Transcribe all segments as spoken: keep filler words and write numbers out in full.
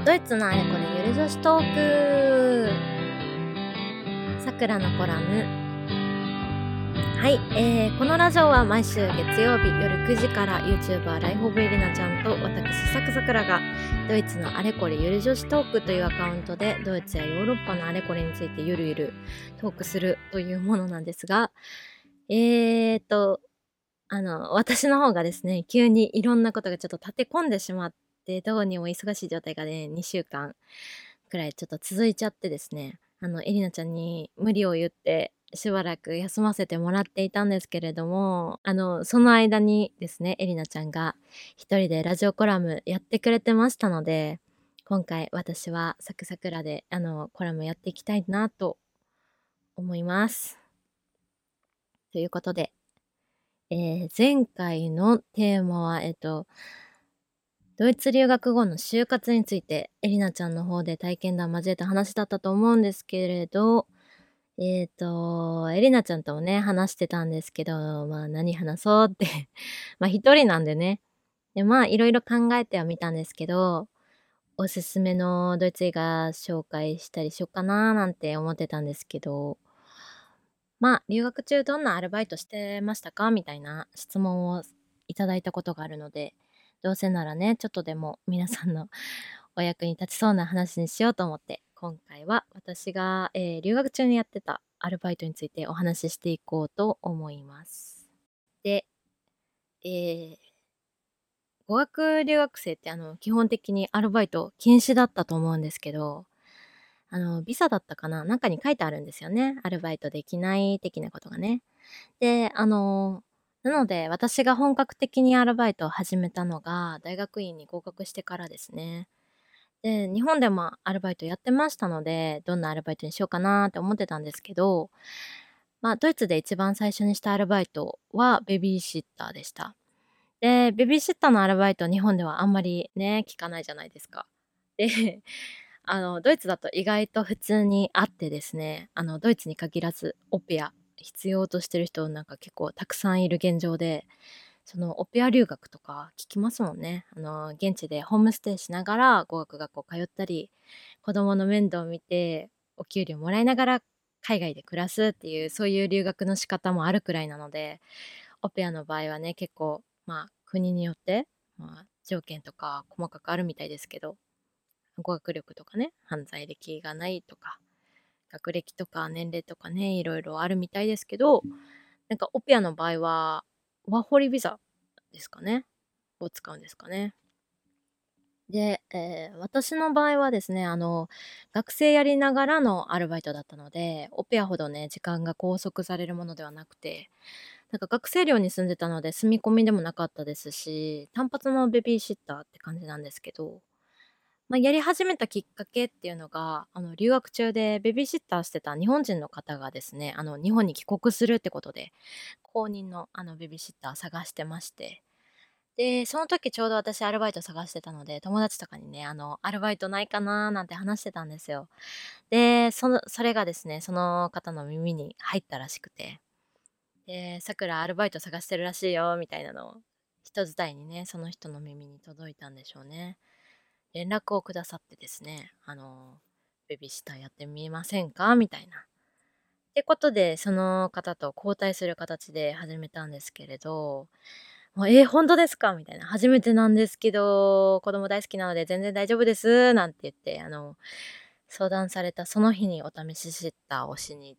ドイツのあれこれゆる女子トーク、さくらのコラム。はい、えー、このラジオは毎週月曜日夜くじから YouTuber ライフオブエリナちゃんと私さくさくらがドイツのあれこれゆる女子トークというアカウントでドイツやヨーロッパのあれこれについてゆるゆるトークするというものなんですが、えーとあの私の方がですね、急にいろんなことがちょっと立て込んでしまってどうにも忙しい状態がねにしゅうかんくらいちょっと続いちゃってですね、あのエリナちゃんに無理を言ってしばらく休ませてもらっていたんですけれども、あのその間にですね、エリナちゃんが一人でラジオコラムやってくれてましたので、今回私はサクサクラであのコラムやっていきたいなと思います。ということで、えー、前回のテーマはえっとドイツ留学後の就活についてエリナちゃんの方で体験談交えた話だったと思うんですけれど、えっとエリナちゃんともね話してたんですけど、まあ何話そうってまあ一人なんでね、でまあいろいろ考えてはみたんですけど、おすすめのドイツ映画紹介したりしようかななんて思ってたんですけど、まあ留学中どんなアルバイトしてましたかみたいな質問をいただいたことがあるので、どうせならねちょっとでも皆さんのお役に立ちそうな話にしようと思って、今回は私が、えー留学中にやってたアルバイトについてお話ししていこうと思います。で、えー語学留学生ってあの基本的にアルバイト禁止だったと思うんですけど、あのビザだったかな、なんかに書いてあるんですよね、アルバイトできない的なことがね。で、あのなので私が本格的にアルバイトを始めたのが大学院に合格してからですね。で、日本でもアルバイトやってましたので、どんなアルバイトにしようかなって思ってたんですけど、まあドイツで一番最初にしたアルバイトはベビーシッターでした。で、ベビーシッターのアルバイト日本ではあんまりね聞かないじゃないですか。で、あのドイツだと意外と普通にあってですね、あのドイツに限らずオペア必要としてる人なんか結構たくさんいる現状で、そのオペア留学とか聞きますもんね。あの現地でホームステイしながら語学学校通ったり、子供の面倒を見てお給料もらいながら海外で暮らすっていう、そういう留学の仕方もあるくらいなので、オペアの場合はね結構まあ国によって、まあ、条件とか細かくあるみたいですけど、語学力とかね、犯罪歴がないとか、学歴とか年齢とかね、いろいろあるみたいですけど、なんかオペアの場合はワーホリビザですかねを使うんですかね。で、えー私の場合はですね、あの学生やりながらのアルバイトだったので、オペアほどね時間が拘束されるものではなくて、なんか学生寮に住んでたので住み込みでもなかったですし、単発のベビーシッターって感じなんですけど、まあ、やり始めたきっかけっていうのが、あの留学中でベビーシッターしてた日本人の方がですね、あの日本に帰国するってことで公認のあのベビーシッター探してまして、でその時ちょうど私アルバイト探してたので、友達とかにね、あのアルバイトないかなーなんて話してたんですよ。でそのそれがですね、その方の耳に入ったらしくて、でさくらアルバイト探してるらしいよみたいなのを人伝いにね、その人の耳に届いたんでしょうね。連絡をくださってですね、あのベビーシッターやってみませんかみたいな。ってことでその方と交代する形で始めたんですけれど、もうえー、本当ですかみたいな、初めてなんですけど子供大好きなので全然大丈夫ですなんて言って、あの相談されたその日にお試しシッターをしに行って、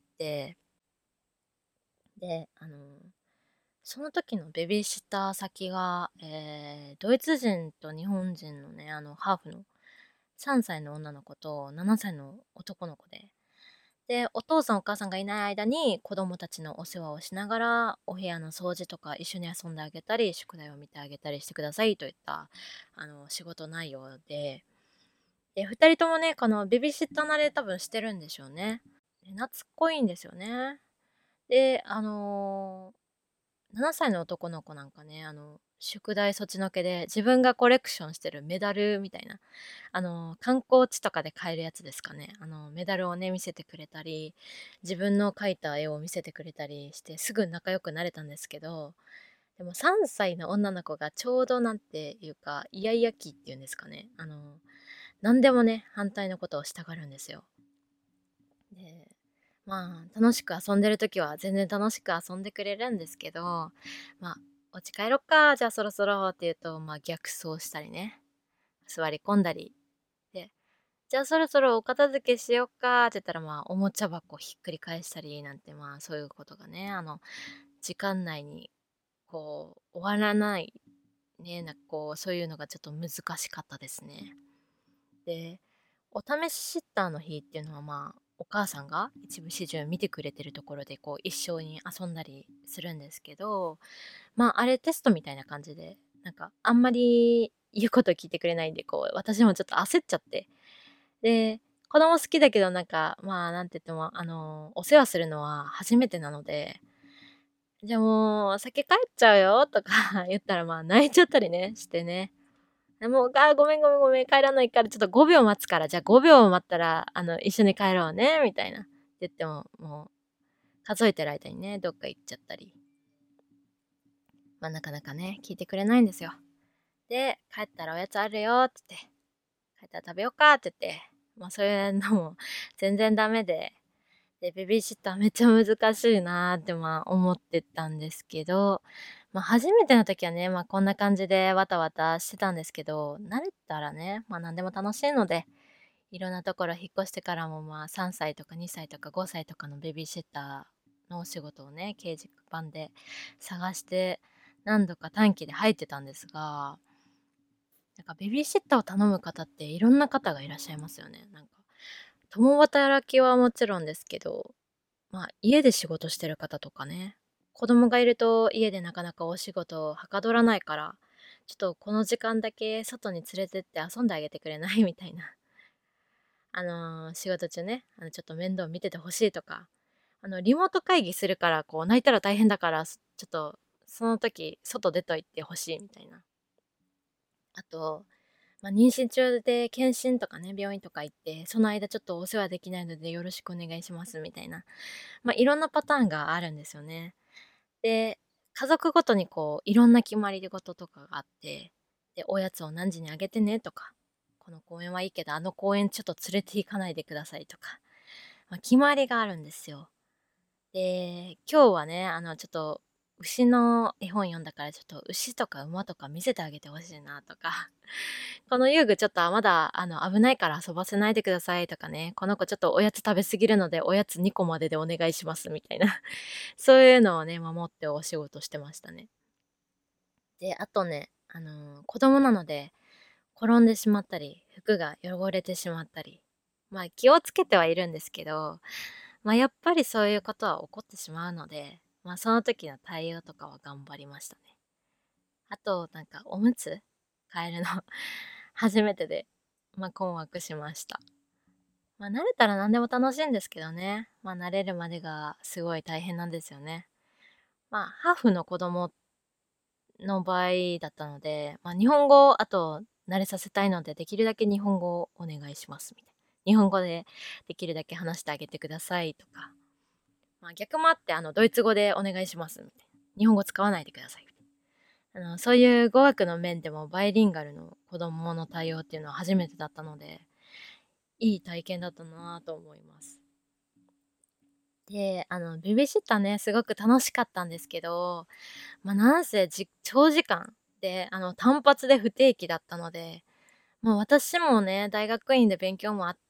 であのその時のベビーシッター先が、えードイツ人と日本人のね、あのハーフのさんさいの女の子とななさいの男の子で、でお父さんお母さんがいない間に子供たちのお世話をしながらお部屋の掃除とか一緒に遊んであげたり宿題を見てあげたりしてくださいといったあの仕事内容で、でふたりともね、このベビーシッター慣れ多分してるんでしょうね。で懐っこいんですよね。であのーななさいの男の子なんかね、あの宿題そっちのけで自分がコレクションしてるメダルみたいな、あの観光地とかで買えるやつですかね、あのメダルをね見せてくれたり、自分の描いた絵を見せてくれたりしてすぐ仲良くなれたんですけど、でもさんさいの女の子がちょうどなんていうかイヤイヤ期っていうんですかね、あの何でもね、反対のことをしたがるんですよ。で、まあ、楽しく遊んでる時は全然楽しく遊んでくれるんですけど、まあ、お家帰ろっか、じゃあそろそろって言うと、まあ逆走したりね、座り込んだり、で、じゃあそろそろお片付けしよっかって言ったら、まあおもちゃ箱ひっくり返したりなんて、まあそういうことがね、あの、時間内にこう、終わらないね、なんかこう、そういうのがちょっと難しかったですね。で、お試しシッターの日っていうのはまあ、お母さんが一部始終見てくれてるところでこう一緒に遊んだりするんですけど、まああれテストみたいな感じで、なんかあんまり言うこと聞いてくれないんで、こう私もちょっと焦っちゃって。で、子供好きだけどなんか、まあなんて言っても、あの、お世話するのは初めてなので、じゃあもう先帰っちゃうよとか言ったらまあ泣いちゃったりね、してね。もう、あー、ごめんごめんごめん、帰らないから、ちょっとごびょう待つから、じゃあごびょう待ったら、あの、一緒に帰ろうね、みたいな。って言っても、もう、数えてる間にね、どっか行っちゃったり。まあ、なかなかね、聞いてくれないんですよ。で、帰ったらおやつあるよ、って言って、帰ったら食べようか、って言って、まあ、そういうのも全然ダメで、で、ベビーシッターめっちゃ難しいなーってまあ思ってたんですけど、まあ初めての時はね、まあこんな感じでわたわたしてたんですけど、慣れたらね、まあ何でも楽しいので、いろんなところ引っ越してからもまあさんさいとかにさいとかごさいとかのベビーシッターのお仕事をね、掲示板で探して何度か短期で入ってたんですが、なんかベビーシッターを頼む方っていろんな方がいらっしゃいますよね。なんか共働きはもちろんですけど、まあ、家で仕事してる方とかね。子供がいると家でなかなかお仕事をはかどらないから、ちょっとこの時間だけ外に連れてって遊んであげてくれないみたいな。あのー仕事中ね、あのちょっと面倒見ててほしいとか、あの、リモート会議するから、こう、泣いたら大変だから、ちょっと、その時、外出といてほしいみたいな。あと、まあ、妊娠中で検診とかね、病院とか行って、その間ちょっとお世話できないのでよろしくお願いしますみたいな。まあ、いろんなパターンがあるんですよね。で、家族ごとにこう、いろんな決まり事とかがあって、で、おやつを何時にあげてねとか、この公園はいいけど、あの公園ちょっと連れて行かないでくださいとか、まあ、決まりがあるんですよ。で、今日はね、あの、ちょっと、牛の絵本読んだから、ちょっと牛とか馬とか見せてあげてほしいなとか、この遊具ちょっとまだ、あの、危ないから遊ばせないでくださいとかね、この子ちょっとおやつ食べすぎるので、おやつにこまででお願いしますみたいな、そういうのをね、守ってお仕事してましたね。で、あとね、あのー子供なので、転んでしまったり、服が汚れてしまったり、まあ気をつけてはいるんですけど、まあやっぱりそういうことは起こってしまうので、まあその時の対応とかは頑張りましたね。あと、なんかおむつ変えるの初めてで、まあ困惑しました。まあ慣れたら何でも楽しいんですけどね。まあ慣れるまでがすごい大変なんですよね。まあハーフの子供の場合だったので、まあ、日本語をあと慣れさせたいので、できるだけ日本語をお願いしますみたいな。日本語でできるだけ話してあげてくださいとか。まあ、逆もあって、あの、ドイツ語でお願いしますみたいな。日本語使わないでくださいみたいな。あの、そういう語学の面でもバイリンガルの子供の対応っていうのは初めてだったので、いい体験だったなぁと思います。で、あの、ベビーシッターね、すごく楽しかったんですけど、まあ、なんせじ長時間で、あの、単発で不定期だったので、まあ、私もね、大学院で勉強もあって、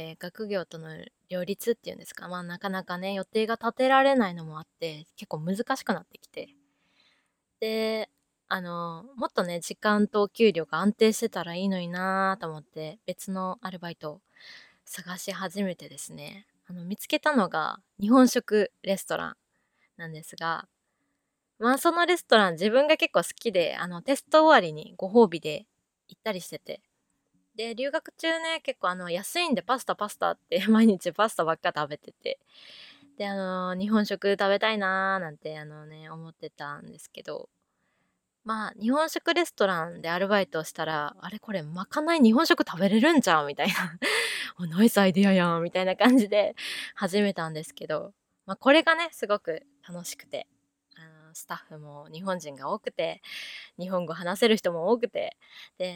学業との両立っていうんですか、まあ、なかなかね、予定が立てられないのもあって、結構難しくなってきて。で、あの、もっとね、時間とお給料が安定してたらいいのになぁと思って、別のアルバイトを探し始めてですね、あの、見つけたのが日本食レストランなんですが、まあ、そのレストラン自分が結構好きで、あの、テスト終わりにご褒美で行ったりしてて。で、留学中ね、結構あの、安いんでパスタパスタって毎日パスタばっか食べてて。で、あの、日本食食べたいなーなんてあのね、思ってたんですけど、まあ、日本食レストランでアルバイトをしたら、あれこれ、まかない日本食食べれるんちゃうみたいな。おナイスアイディアやんみたいな感じで始めたんですけど、まあ、これがね、すごく楽しくて、あのスタッフも日本人が多くて、日本語話せる人も多くて、で、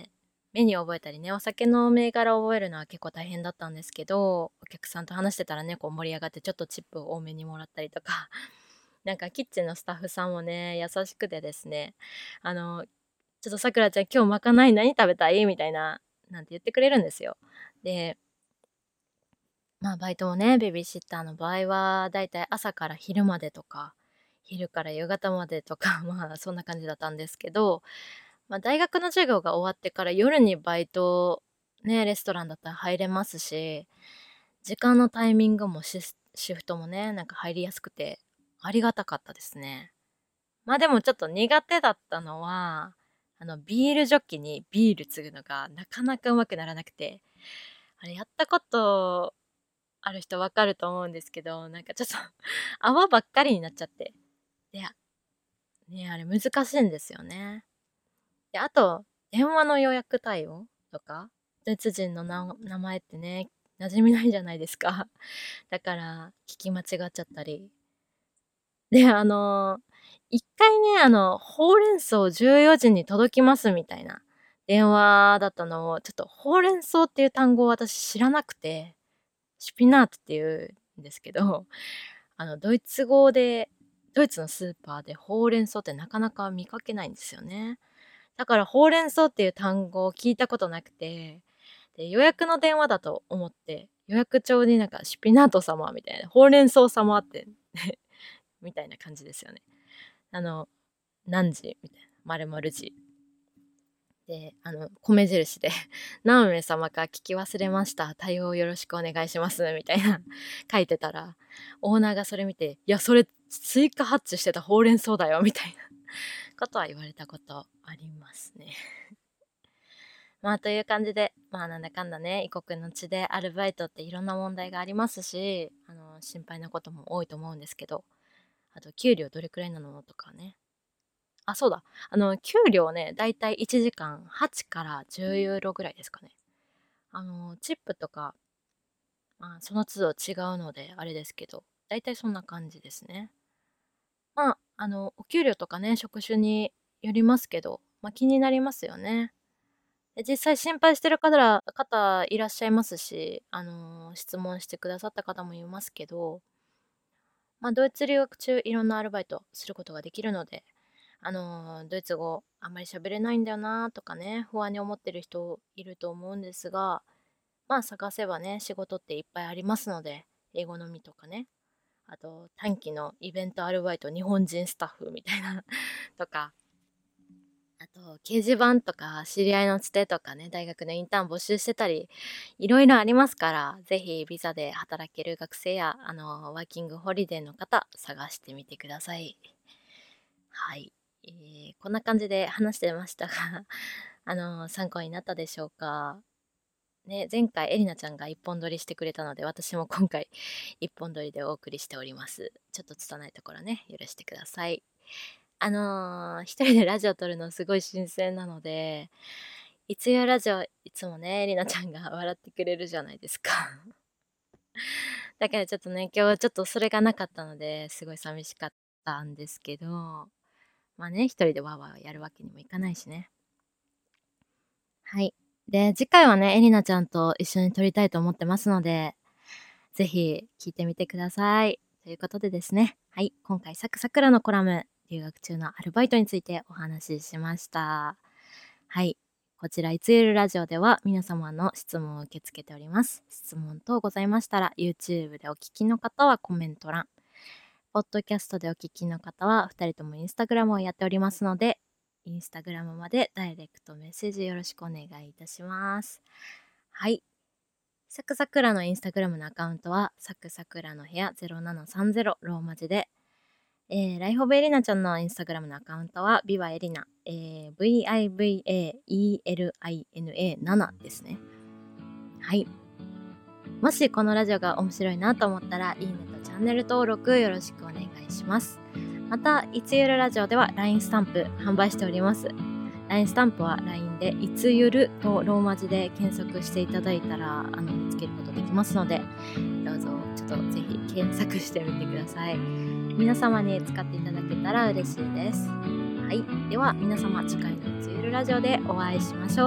メニュー覚えたりね、お酒の銘柄を覚えるのは結構大変だったんですけど、お客さんと話してたらね、こう盛り上がってちょっとチップを多めにもらったりとか、なんかキッチンのスタッフさんもね、優しくてですね、あの、ちょっとさくらちゃん今日まかない何食べたいみたいな、なんて言ってくれるんですよ。で、まあバイトもね、ベビーシッターの場合は、だいたい朝から昼までとか、昼から夕方までとか、まあそんな感じだったんですけど、まあ大学の授業が終わってから夜にバイト、ね、レストランだったら入れますし、時間のタイミングもシスシフトもね、なんか入りやすくて、ありがたかったですね。まあでもちょっと苦手だったのは、あの、ビールジョッキにビール継ぐのがなかなかうまくならなくて、あれやったことある人わかると思うんですけど、なんかちょっと泡ばっかりになっちゃって。で、ね、あれ難しいんですよね。で、あと、電話の予約対応とか、ドイツ人のな名前ってね、馴染みないじゃないですか。だから、聞き間違っちゃったり。で、あの、一回ね、あの、ほうれん草じゅうよじに届きますみたいな電話だったのを、ちょっとほうれん草っていう単語を私知らなくて、シュピナートっていうんですけど、あの、ドイツ語で、ドイツのスーパーでほうれん草ってなかなか見かけないんですよね。だからほうれん草っていう単語を聞いたことなくて、で、予約の電話だと思って、予約帳になんかシュピナート様みたいな、ほうれん草様ってみたいな感じですよね。あの、何時みたいな、〇〇時。で、あの、米印で、何名様か聞き忘れました。対応よろしくお願いします。みたいな書いてたら、オーナーがそれ見て、いや、それ追加発注してたほうれん草だよ。みたいなことは言われたことありますね。まあ、という感じで、まあ、なんだかんだね、異国の地でアルバイトっていろんな問題がありますし、あの、心配なことも多いと思うんですけど、あと、給料どれくらいなのとかね。あ、そうだ。あの、給料ね、だいたいいちじかんはちからじゅうユーロぐらいですかね。あの、チップとか、まあ、その都度違うので、あれですけど、だいたいそんな感じですね。まあ、あの、お給料とかね、職種によりますけど、まあ気になりますよね。で実際心配してる方ら方いらっしゃいますし、あの、質問してくださった方もいますけど、まあ、ドイツ留学中いろんなアルバイトすることができるので、あのードイツ語あんまり喋れないんだよなとかね、不安に思ってる人いると思うんですが、まあ探せばね、仕事っていっぱいありますので、英語のみとかね、あと短期のイベントアルバイト日本人スタッフみたいなとか、あと掲示板とか知り合いのつてとかね、大学のインターン募集してたり、いろいろありますから、ぜひビザで働ける学生や、あの、ワーキングホリデーの方、探してみてください。はい。えーこんな感じで話してましたが、あの、参考になったでしょうか。ね、前回エリナちゃんが一本撮りしてくれたので、私も今回一本撮りでお送りしております。ちょっと拙いところね、許してください。あのー一人でラジオ撮るのすごい新鮮なので、いつゆラジオいつもね、エリナちゃんが笑ってくれるじゃないですか。だからちょっとね、今日はちょっとそれがなかったので、すごい寂しかったんですけど、まあね、一人でワーワーやるわけにもいかないしね。はい。で、次回はね、エリナちゃんと一緒に撮りたいと思ってますので、ぜひ聞いてみてください。ということでですね、はい、今回サクサクラのコラム、留学中のアルバイトについてお話ししました。はい。こちら、いつゆるラジオでは皆様の質問を受け付けております。質問等ございましたら、YouTube でお聞きの方はコメント欄、ポッドキャストでお聞きの方は、ふたりともインスタグラムをやっておりますので、インスタグラムまでダイレクトメッセージよろしくお願いいたします。はい。サクサクラのインスタグラムのアカウントは、サクサクラの部屋ゼロななさんゼロローマ字で、えー、ライフオブエリナちゃんのインスタグラムのアカウントは、ビバエリナ、えー、ブイアイブイエーイーエルアイエヌエーなな ですね。はい。もしこのラジオが面白いなと思ったら、いいねとチャンネル登録よろしくお願いします。また、いつゆるラジオでは ライン スタンプ販売しております。ライン スタンプは ライン でいつゆるとローマ字で検索していただいたら、あの、見つけることできますので、どうぞちょっとぜひ検索してみてください。皆様に使っていただけたら嬉しいです。はい。では皆様、次回のいつゆるラジオでお会いしましょう。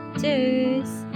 Tschüss!